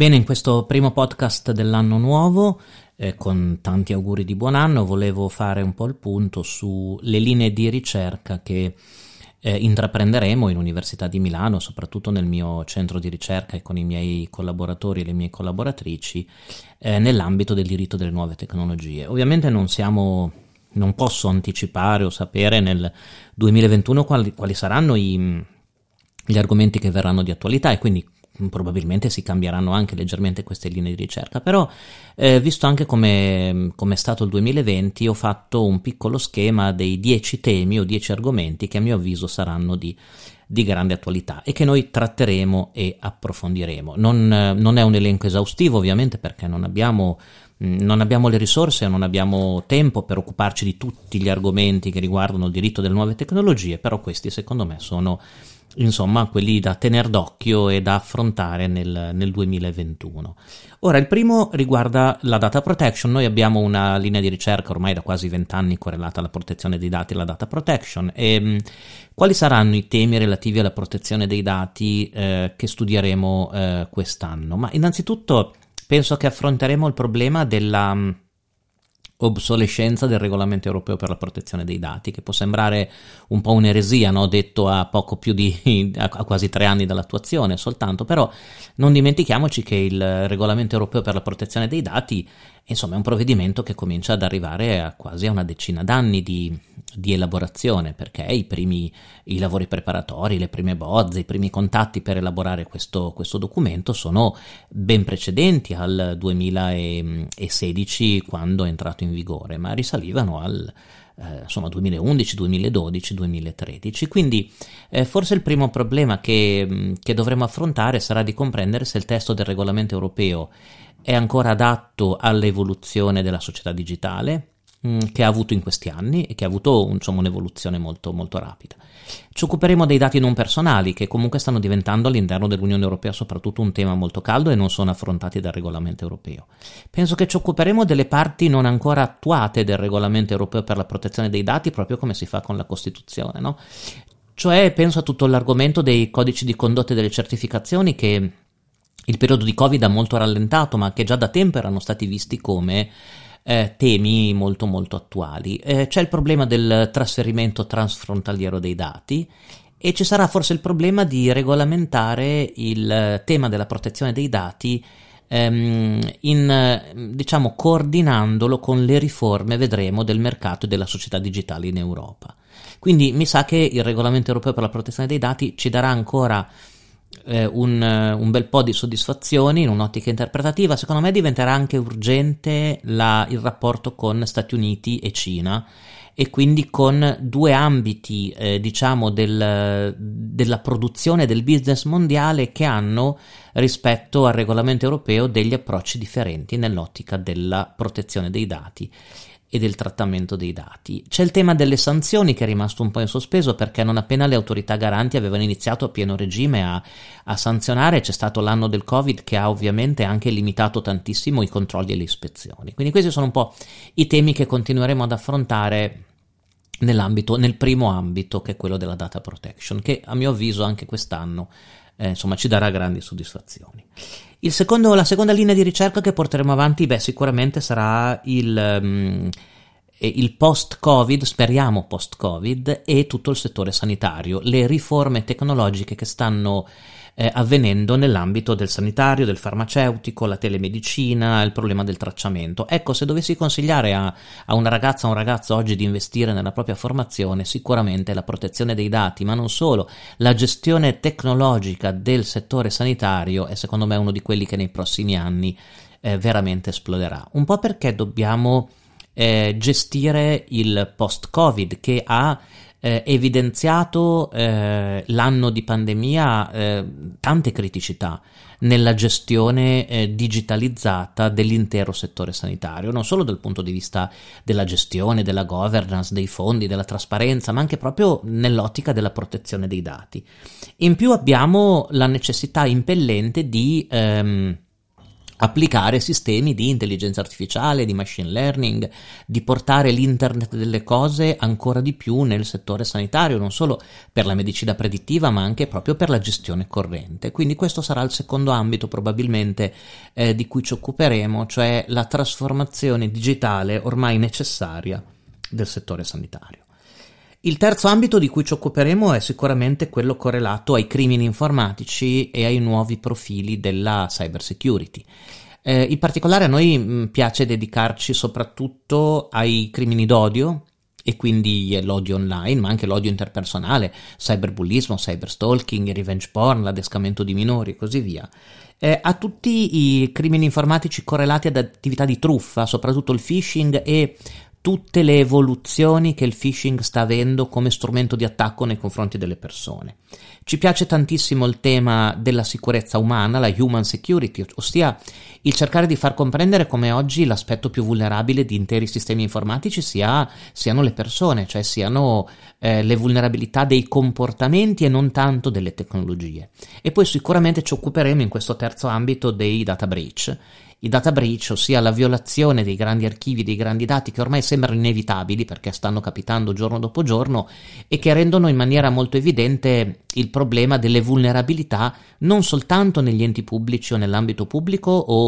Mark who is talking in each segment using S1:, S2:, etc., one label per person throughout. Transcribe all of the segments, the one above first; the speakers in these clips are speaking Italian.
S1: Bene, in questo primo podcast dell'anno nuovo, con tanti auguri di buon anno, volevo fare un po' il punto sulle linee di ricerca che intraprenderemo in Università di Milano, soprattutto nel mio centro di ricerca e con i miei collaboratori e le mie collaboratrici, nell'ambito del diritto delle nuove tecnologie. Ovviamente non posso anticipare o sapere nel 2021 quali saranno gli argomenti che verranno di attualità, e quindi probabilmente si cambieranno anche leggermente queste linee di ricerca, però visto anche come è stato il 2020, ho fatto un piccolo schema dei 10 temi o 10 argomenti che a mio avviso saranno di grande attualità e che noi tratteremo e approfondiremo. Non è un elenco esaustivo, ovviamente, perché non abbiamo le risorse, non abbiamo tempo per occuparci di tutti gli argomenti che riguardano il diritto delle nuove tecnologie, però questi secondo me sono quelli da tener d'occhio e da affrontare nel 2021. Ora, il primo riguarda la data protection. Noi abbiamo una linea di ricerca ormai da quasi 20 anni correlata alla protezione dei dati e alla data protection. E quali saranno i temi relativi alla protezione dei dati che studieremo quest'anno? Ma innanzitutto penso che affronteremo il problema della obsolescenza del regolamento europeo per la protezione dei dati, che può sembrare un po' un'eresia, no? Detto a poco più a quasi 3 anni dall'attuazione soltanto, però non dimentichiamoci che il regolamento europeo per la protezione dei dati è un provvedimento che comincia ad arrivare quasi a una decina d'anni di elaborazione, perché i lavori preparatori, le prime bozze, i primi contatti per elaborare questo documento sono ben precedenti al 2016, quando è entrato in vigore, ma risalivano al 2011, 2012, 2013. Quindi forse il primo problema che dovremo affrontare sarà di comprendere se il testo del regolamento europeo è ancora adatto all'evoluzione della società digitale che ha avuto in questi anni e che ha avuto un'evoluzione molto, molto rapida. Ci occuperemo dei dati non personali, che comunque stanno diventando all'interno dell'Unione Europea soprattutto un tema molto caldo e non sono affrontati dal regolamento europeo. Penso che ci occuperemo delle parti non ancora attuate del regolamento europeo per la protezione dei dati, proprio come si fa con la Costituzione, no? Cioè penso a tutto l'argomento dei codici di condotta e delle certificazioni, che il periodo di Covid ha molto rallentato, ma che già da tempo erano stati visti come temi molto molto attuali. C'è il problema del trasferimento transfrontaliero dei dati, e ci sarà forse il problema di regolamentare il tema della protezione dei dati coordinandolo con le riforme, vedremo, del mercato e della società digitale in Europa. Quindi mi sa che il regolamento europeo per la protezione dei dati ci darà ancora un bel po' di soddisfazioni in un'ottica interpretativa. Secondo me diventerà anche urgente il rapporto con Stati Uniti e Cina, e quindi con due ambiti della produzione del business mondiale che hanno, rispetto al regolamento europeo, degli approcci differenti nell'ottica della protezione dei dati e del trattamento dei dati. C'è il tema delle sanzioni, che è rimasto un po' in sospeso, perché non appena le autorità garanti avevano iniziato a pieno regime a sanzionare, c'è stato l'anno del Covid che ha ovviamente anche limitato tantissimo i controlli e le ispezioni. Quindi questi sono un po' i temi che continueremo ad affrontare nel primo ambito, che è quello della data protection, che a mio avviso anche quest'anno ci darà grandi soddisfazioni. La seconda linea di ricerca che porteremo avanti, sicuramente sarà il post-Covid, speriamo post-Covid, e tutto il settore sanitario, le riforme tecnologiche che stanno avvenendo nell'ambito del sanitario, del farmaceutico, la telemedicina, il problema del tracciamento. Ecco, se dovessi consigliare a una ragazza o un ragazzo oggi di investire nella propria formazione, sicuramente la protezione dei dati, ma non solo, la gestione tecnologica del settore sanitario è secondo me uno di quelli che nei prossimi anni veramente esploderà. Un po' perché dobbiamo gestire il post-Covid, che ha evidenziato l'anno di pandemia tante criticità nella gestione digitalizzata dell'intero settore sanitario, non solo dal punto di vista della gestione, della governance, dei fondi, della trasparenza, ma anche proprio nell'ottica della protezione dei dati. In più abbiamo la necessità impellente di applicare sistemi di intelligenza artificiale, di machine learning, di portare l'internet delle cose ancora di più nel settore sanitario, non solo per la medicina predittiva, ma anche proprio per la gestione corrente. Quindi questo sarà il secondo ambito probabilmente di cui ci occuperemo, cioè la trasformazione digitale ormai necessaria del settore sanitario. Il terzo ambito di cui ci occuperemo è sicuramente quello correlato ai crimini informatici e ai nuovi profili della cyber security. In particolare a noi piace dedicarci soprattutto ai crimini d'odio, e quindi l'odio online, ma anche l'odio interpersonale, cyberbullismo, cyberstalking, revenge porn, l'adescamento di minori e così via. A tutti i crimini informatici correlati ad attività di truffa, soprattutto il phishing e tutte le evoluzioni che il phishing sta avendo come strumento di attacco nei confronti delle persone. Ci piace tantissimo il tema della sicurezza umana, la human security, ossia il cercare di far comprendere come oggi l'aspetto più vulnerabile di interi sistemi informatici siano le persone, cioè siano le vulnerabilità dei comportamenti e non tanto delle tecnologie. E poi sicuramente ci occuperemo in questo terzo ambito dei data breach. I data breach, ossia la violazione dei grandi archivi, dei grandi dati che ormai sembrano inevitabili perché stanno capitando giorno dopo giorno e che rendono in maniera molto evidente il problema delle vulnerabilità non soltanto negli enti pubblici o nell'ambito pubblico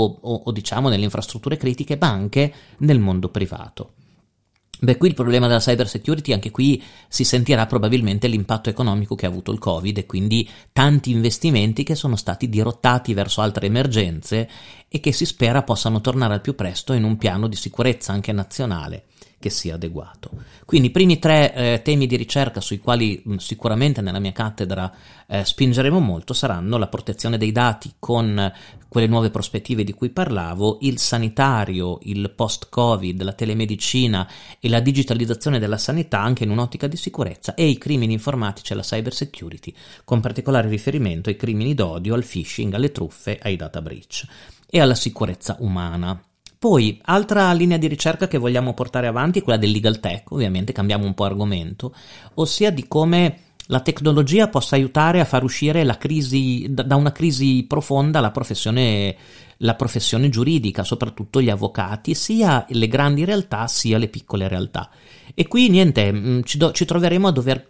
S1: o diciamo nelle infrastrutture critiche, ma anche nel mondo privato. Beh, qui il problema della cyber security, anche qui si sentirà probabilmente l'impatto economico che ha avuto il Covid e quindi tanti investimenti che sono stati dirottati verso altre emergenze e che si spera possano tornare al più presto in un piano di sicurezza anche nazionale che sia adeguato. Quindi i primi tre temi di ricerca sui quali sicuramente nella mia cattedra spingeremo molto saranno la protezione dei dati con quelle nuove prospettive di cui parlavo, il sanitario, il post-Covid, la telemedicina e la digitalizzazione della sanità anche in un'ottica di sicurezza e i crimini informatici e la cyber security, con particolare riferimento ai crimini d'odio, al phishing, alle truffe, ai data breach e alla sicurezza umana. Poi, altra linea di ricerca che vogliamo portare avanti è quella del legal tech, ovviamente cambiamo un po' argomento, ossia di come la tecnologia possa aiutare a far uscire la crisi, da una crisi profonda la professione giuridica, soprattutto gli avvocati, sia le grandi realtà sia le piccole realtà. E qui niente, ci troveremo a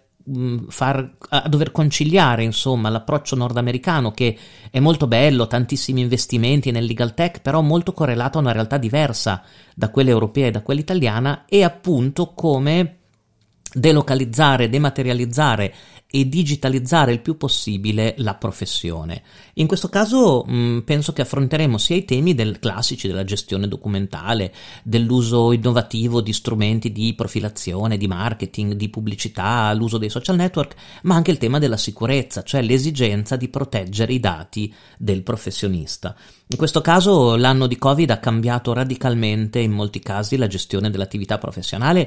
S1: dover conciliare insomma l'approccio nordamericano, che è molto bello, tantissimi investimenti nel legal tech, però molto correlato a una realtà diversa da quella europea e da quella italiana, e appunto come delocalizzare, dematerializzare e digitalizzare il più possibile la professione. In questo caso penso che affronteremo sia i temi classici della gestione documentale, dell'uso innovativo di strumenti di profilazione, di marketing, di pubblicità, l'uso dei social network, ma anche il tema della sicurezza, cioè l'esigenza di proteggere i dati del professionista. In questo caso l'anno di Covid ha cambiato radicalmente in molti casi la gestione dell'attività professionale,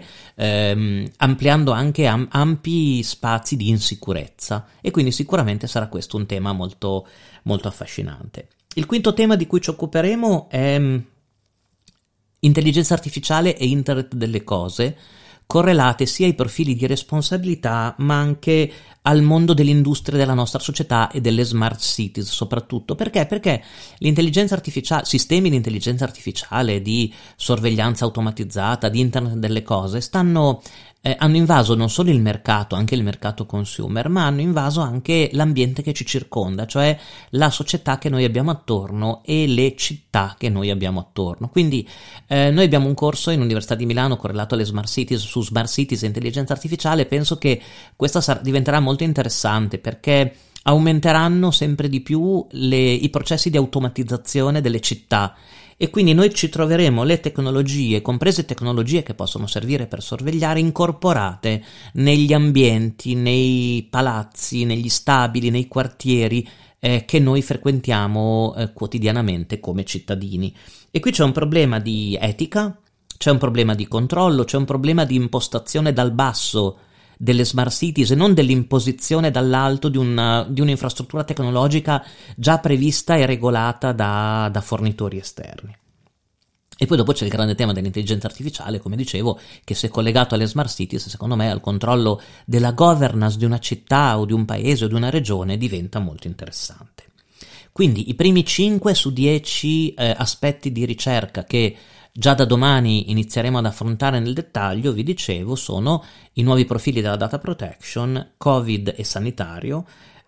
S1: ampliando anche ampi spazi di insicurezza, e quindi sicuramente sarà questo un tema molto, molto affascinante. Il quinto tema di cui ci occuperemo è intelligenza artificiale e internet delle cose, correlate sia ai profili di responsabilità ma anche al mondo dell'industria della nostra società e delle smart cities soprattutto. Perché l'intelligenza artificiale, sistemi di intelligenza artificiale, di sorveglianza automatizzata, di internet delle cose hanno invaso non solo il mercato, anche il mercato consumer, ma hanno invaso anche l'ambiente che ci circonda, cioè la società che noi abbiamo attorno e le città che noi abbiamo attorno. Quindi noi abbiamo un corso in Università di Milano correlato alle smart cities, su smart cities e intelligenza artificiale. Penso che questa diventerà molto interessante perché aumenteranno sempre di più i processi di automatizzazione delle città, e quindi noi ci troveremo le tecnologie, comprese tecnologie che possono servire per sorvegliare, incorporate negli ambienti, nei palazzi, negli stabili, nei quartieri che noi frequentiamo quotidianamente come cittadini. E qui c'è un problema di etica, c'è un problema di controllo, c'è un problema di impostazione dal basso delle smart cities e non dell'imposizione dall'alto di un'infrastruttura tecnologica già prevista e regolata da fornitori esterni. E poi dopo c'è il grande tema dell'intelligenza artificiale, come dicevo, che se collegato alle smart cities, secondo me al controllo della governance di una città o di un paese o di una regione diventa molto interessante. Quindi i primi 5 su 10 aspetti di ricerca che già da domani inizieremo ad affrontare nel dettaglio, vi dicevo, sono i nuovi profili della data protection, Covid e sanitario,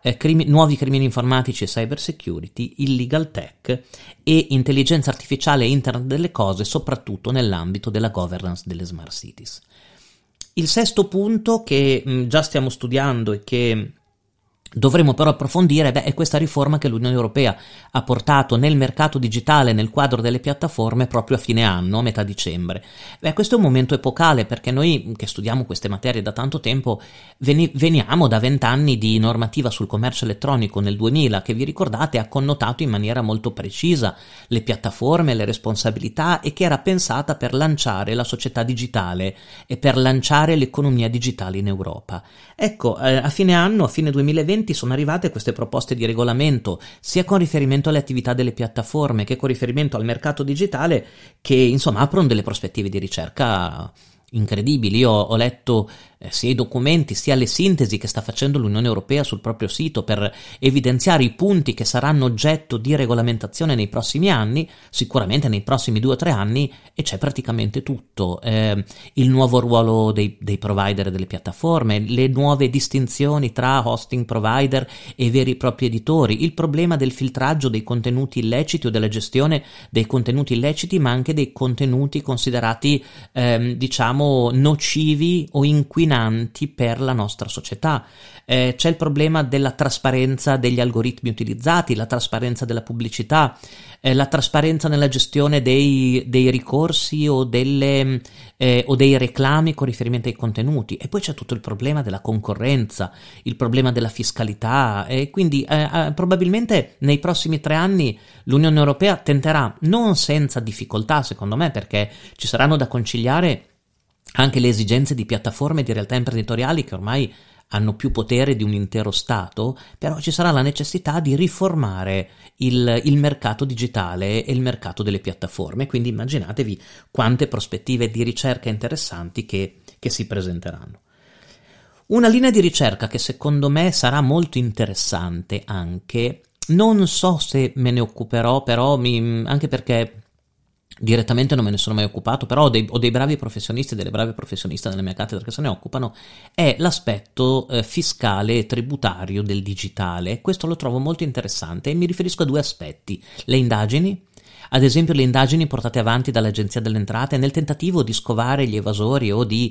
S1: nuovi crimini informatici e cyber security, il legal tech e intelligenza artificiale e internet delle cose, soprattutto nell'ambito della governance delle smart cities. Il sesto punto che già stiamo studiando e che dovremo però approfondire è questa riforma che l'Unione Europea ha portato nel mercato digitale nel quadro delle piattaforme proprio a fine anno, a metà dicembre. Questo è un momento epocale perché noi che studiamo queste materie da tanto tempo veniamo da 20 anni di normativa sul commercio elettronico nel 2000 che vi ricordate ha connotato in maniera molto precisa le piattaforme, le responsabilità e che era pensata per lanciare la società digitale e per lanciare l'economia digitale in Europa. Ecco, a fine anno, a fine 2020 sono arrivate queste proposte di regolamento sia con riferimento alle attività delle piattaforme che con riferimento al mercato digitale che insomma aprono delle prospettive di ricerca incredibili. Io ho letto sia i documenti sia le sintesi che sta facendo l'Unione Europea sul proprio sito per evidenziare i punti che saranno oggetto di regolamentazione nei prossimi anni, sicuramente nei prossimi 2 o 3 anni, e c'è praticamente tutto. Il nuovo ruolo dei provider delle piattaforme, le nuove distinzioni tra hosting provider e veri e propri editori, il problema del filtraggio dei contenuti illeciti o della gestione dei contenuti illeciti, ma anche dei contenuti considerati diciamo nocivi o inquinanti per la nostra società. C'è il problema della trasparenza degli algoritmi utilizzati, la trasparenza della pubblicità, la trasparenza nella gestione dei ricorsi o dei reclami con riferimento ai contenuti, e poi c'è tutto il problema della concorrenza, il problema della fiscalità, e quindi probabilmente nei prossimi 3 anni l'Unione Europea tenterà, non senza difficoltà secondo me, perché ci saranno da conciliare anche le esigenze di piattaforme e di realtà imprenditoriali che ormai hanno più potere di un intero Stato, però ci sarà la necessità di riformare il mercato digitale e il mercato delle piattaforme, quindi immaginatevi quante prospettive di ricerca interessanti che si presenteranno. Una linea di ricerca che secondo me sarà molto interessante anche, non so se me ne occuperò, però anche perché direttamente non me ne sono mai occupato, però ho dei bravi professionisti e delle brave professioniste nella mia cattedra che se ne occupano, è l'aspetto fiscale e tributario del digitale. Questo lo trovo molto interessante e mi riferisco a 2 aspetti: le indagini, ad esempio le indagini portate avanti dall'Agenzia delle Entrate nel tentativo di scovare gli evasori o di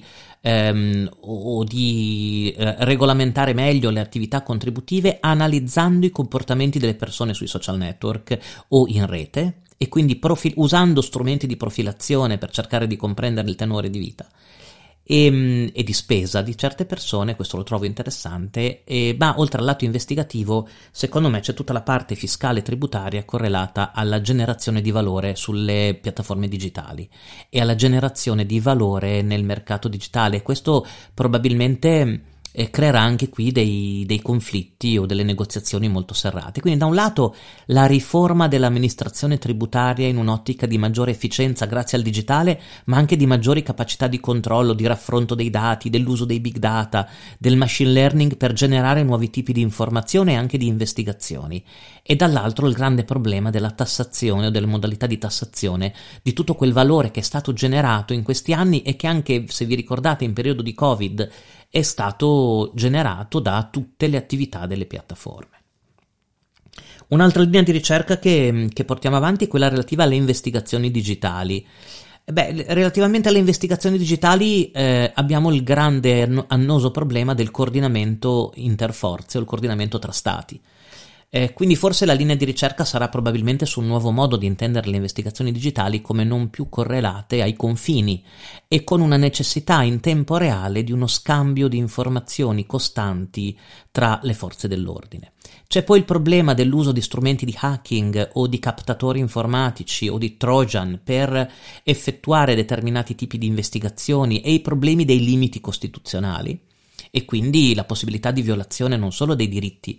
S1: regolamentare meglio le attività contributive analizzando i comportamenti delle persone sui social network o in rete, e quindi usando strumenti di profilazione per cercare di comprendere il tenore di vita e di spesa di certe persone. Questo lo trovo interessante, ma oltre al lato investigativo secondo me c'è tutta la parte fiscale e tributaria correlata alla generazione di valore sulle piattaforme digitali e alla generazione di valore nel mercato digitale. Questo probabilmente creerà anche qui dei conflitti o delle negoziazioni molto serrate. Quindi da un lato la riforma dell'amministrazione tributaria in un'ottica di maggiore efficienza grazie al digitale, ma anche di maggiori capacità di controllo, di raffronto dei dati, dell'uso dei big data, del machine learning per generare nuovi tipi di informazione e anche di investigazioni. E dall'altro il grande problema della tassazione o delle modalità di tassazione di tutto quel valore che è stato generato in questi anni e che anche, se vi ricordate, in periodo di Covid è stato generato da tutte le attività delle piattaforme. Un'altra linea di ricerca che portiamo avanti è quella relativa alle investigazioni digitali. Relativamente alle investigazioni digitali abbiamo il grande annoso problema del coordinamento interforze o il coordinamento tra stati. Quindi forse la linea di ricerca sarà probabilmente su un nuovo modo di intendere le investigazioni digitali come non più correlate ai confini e con una necessità in tempo reale di uno scambio di informazioni costanti tra le forze dell'ordine. C'è poi il problema dell'uso di strumenti di hacking o di captatori informatici o di Trojan per effettuare determinati tipi di investigazioni e i problemi dei limiti costituzionali, e quindi la possibilità di violazione non solo dei diritti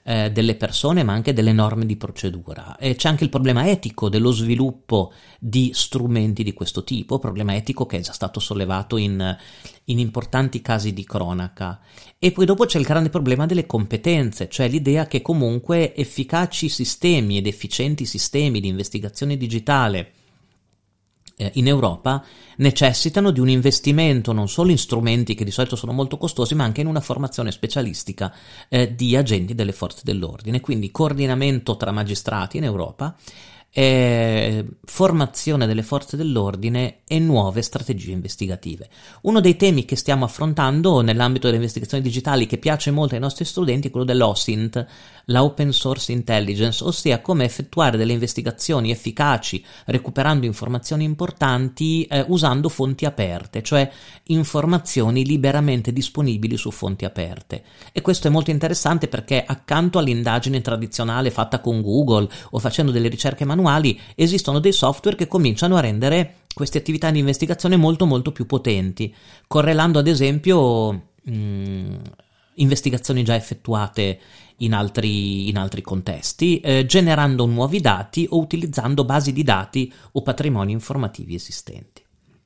S1: delle persone, ma anche delle norme di procedura. E c'è anche il problema etico dello sviluppo di strumenti di questo tipo, problema etico che è già stato sollevato in importanti casi di cronaca. E poi dopo c'è il grande problema delle competenze, cioè l'idea che comunque efficaci sistemi ed efficienti sistemi di investigazione digitale in Europa necessitano di un investimento non solo in strumenti che di solito sono molto costosi, ma anche in una formazione specialistica di agenti delle forze dell'ordine, quindi coordinamento tra magistrati in Europa, formazione delle forze dell'ordine e nuove strategie investigative. Uno dei temi che stiamo affrontando nell'ambito delle investigazioni digitali, che piace molto ai nostri studenti, è quello dell'OSINT, la Open Source Intelligence, ossia come effettuare delle investigazioni efficaci recuperando informazioni importanti usando fonti aperte, cioè informazioni liberamente disponibili su fonti aperte. E questo è molto interessante perché accanto all'indagine tradizionale fatta con Google o facendo delle ricerche manuali, esistono dei software che cominciano a rendere queste attività di investigazione molto molto più potenti, correlando ad esempio investigazioni già effettuate in altri contesti, generando nuovi dati o utilizzando basi di dati o patrimoni informativi esistenti.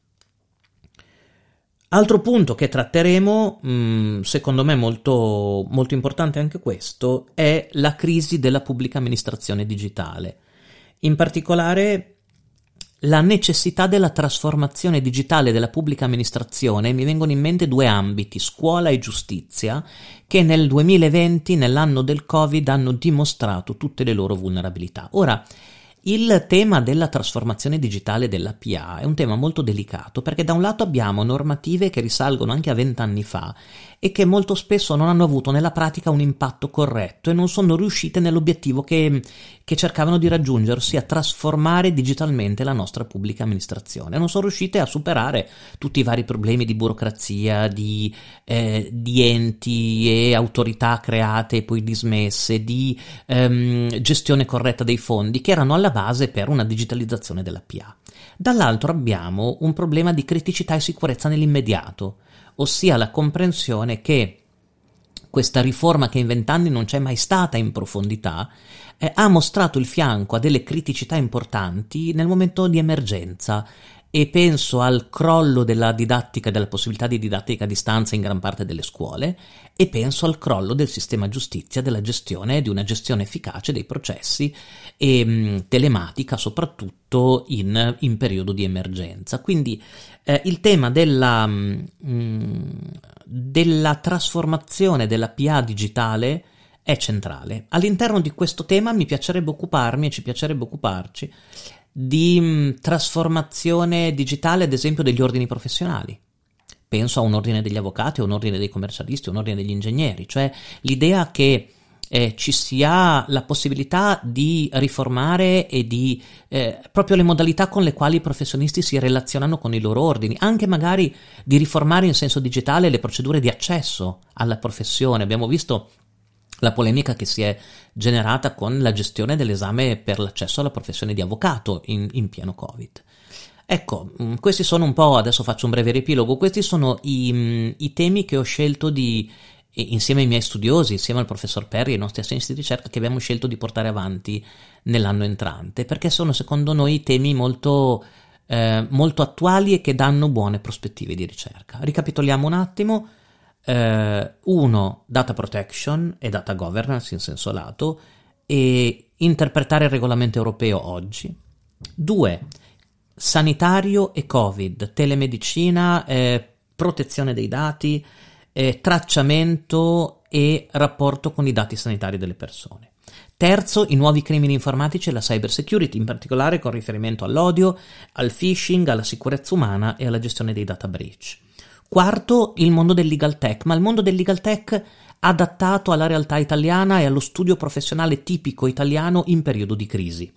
S1: Altro punto che tratteremo, secondo me molto, molto importante anche questo, è la crisi della pubblica amministrazione digitale. In particolare la necessità della trasformazione digitale della pubblica amministrazione. Mi vengono in mente due ambiti, scuola e giustizia, che nel 2020, nell'anno del Covid, hanno dimostrato tutte le loro vulnerabilità. Ora, il tema della trasformazione digitale della PA è un tema molto delicato perché da un lato abbiamo normative che risalgono anche a 20 anni fa e che molto spesso non hanno avuto nella pratica un impatto corretto e non sono riuscite nell'obiettivo che cercavano di raggiungere, ossia trasformare digitalmente la nostra pubblica amministrazione. Non sono riuscite a superare tutti i vari problemi di burocrazia, di enti e autorità create e poi dismesse, di gestione corretta dei fondi che erano alla base per una digitalizzazione della PA. Dall'altro abbiamo un problema di criticità e sicurezza nell'immediato, ossia la comprensione che questa riforma, che in 20 anni non c'è mai stata in profondità, ha mostrato il fianco a delle criticità importanti nel momento di emergenza, e penso al crollo della didattica, della possibilità di didattica a distanza in gran parte delle scuole, e penso al crollo del sistema giustizia, della gestione, di una gestione efficace dei processi e telematica soprattutto in periodo di emergenza. Quindi il tema della trasformazione della PA digitale è centrale. All'interno di questo tema mi piacerebbe occuparmi e ci piacerebbe occuparci di trasformazione digitale, ad esempio, degli ordini professionali. Penso a un ordine degli avvocati, a un ordine dei commercialisti, a un ordine degli ingegneri, cioè l'idea che ci sia la possibilità di riformare e di proprio le modalità con le quali i professionisti si relazionano con i loro ordini, anche magari di riformare in senso digitale le procedure di accesso alla professione. Abbiamo visto la polemica che si è generata con la gestione dell'esame per l'accesso alla professione di avvocato in pieno Covid. Ecco, questi sono un po', adesso faccio un breve riepilogo, questi sono i temi che ho scelto insieme ai miei studiosi, insieme al professor Perri e ai nostri assistenti di ricerca, che abbiamo scelto di portare avanti nell'anno entrante, perché sono secondo noi temi molto attuali e che danno buone prospettive di ricerca. Ricapitoliamo un attimo. 1. Data protection e data governance in senso lato e interpretare il regolamento europeo oggi. 2. Sanitario e Covid, telemedicina, protezione dei dati, tracciamento e rapporto con i dati sanitari delle persone. 3. I nuovi crimini informatici e la cyber security, in particolare con riferimento all'odio, al phishing, alla sicurezza umana e alla gestione dei data breach. 4. Il mondo del legal tech, ma il mondo del legal tech adattato alla realtà italiana e allo studio professionale tipico italiano in periodo di crisi.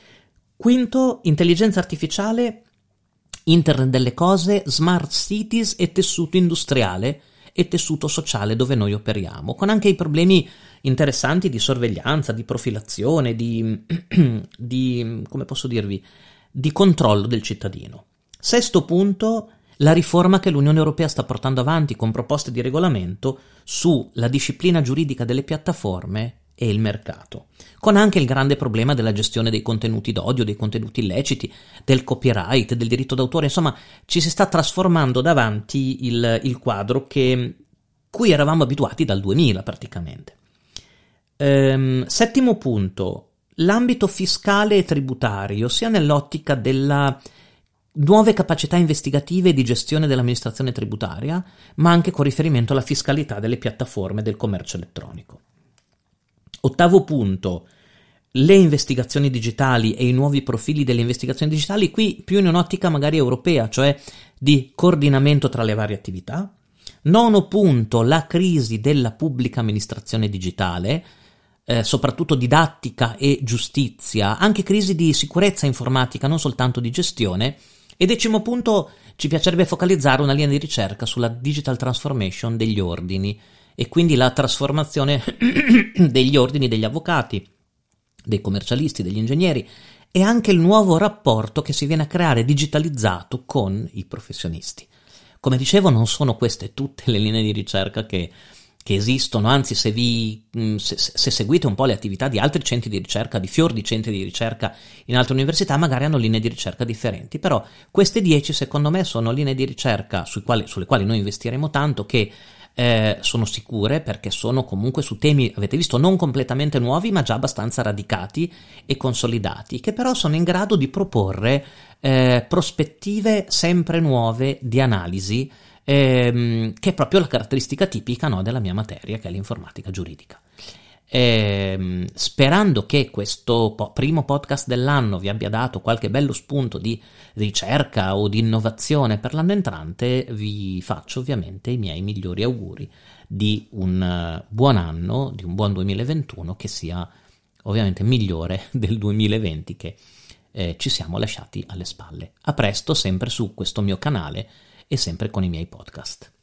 S1: 5. Intelligenza artificiale, internet delle cose, smart cities e tessuto industriale e tessuto sociale dove noi operiamo, con anche i problemi interessanti di sorveglianza, di profilazione, di come posso dirvi, di controllo del cittadino. 6. punto, la riforma che l'Unione Europea sta portando avanti con proposte di regolamento sulla disciplina giuridica delle piattaforme e il mercato, con anche il grande problema della gestione dei contenuti d'odio, dei contenuti illeciti, del copyright, del diritto d'autore. Insomma, ci si sta trasformando davanti il quadro cui eravamo abituati dal 2000 praticamente. Settimo punto, l'ambito fiscale e tributario, sia nell'ottica della nuove capacità investigative e di gestione dell'amministrazione tributaria, ma anche con riferimento alla fiscalità delle piattaforme del commercio elettronico. Ottavo punto, le investigazioni digitali e i nuovi profili delle investigazioni digitali, qui più in un'ottica magari europea, cioè di coordinamento tra le varie attività. Nono punto, la crisi della pubblica amministrazione digitale, soprattutto didattica e giustizia, anche crisi di sicurezza informatica, non soltanto di gestione. E decimo punto, ci piacerebbe focalizzare una linea di ricerca sulla digital transformation degli ordini, e quindi la trasformazione degli ordini degli avvocati, dei commercialisti, degli ingegneri, e anche il nuovo rapporto che si viene a creare digitalizzato con i professionisti. Come dicevo, non sono queste tutte le linee di ricerca che esistono, anzi se seguite un po' le attività di altri centri di ricerca, di fior di centri di ricerca in altre università, magari hanno linee di ricerca differenti, però queste 10 secondo me sono linee di ricerca sulle quali noi investiremo tanto, che sono sicure, perché sono comunque su temi, avete visto, non completamente nuovi ma già abbastanza radicati e consolidati, che però sono in grado di proporre prospettive sempre nuove di analisi, che è proprio la caratteristica tipica, no, della mia materia, che è l'informatica giuridica. Sperando che questo primo podcast dell'anno vi abbia dato qualche bello spunto di ricerca o di innovazione per l'anno entrante, vi faccio ovviamente i miei migliori auguri di un buon anno, di un buon 2021, che sia ovviamente migliore del 2020 che ci siamo lasciati alle spalle. A presto, sempre su questo mio canale e sempre con i miei podcast.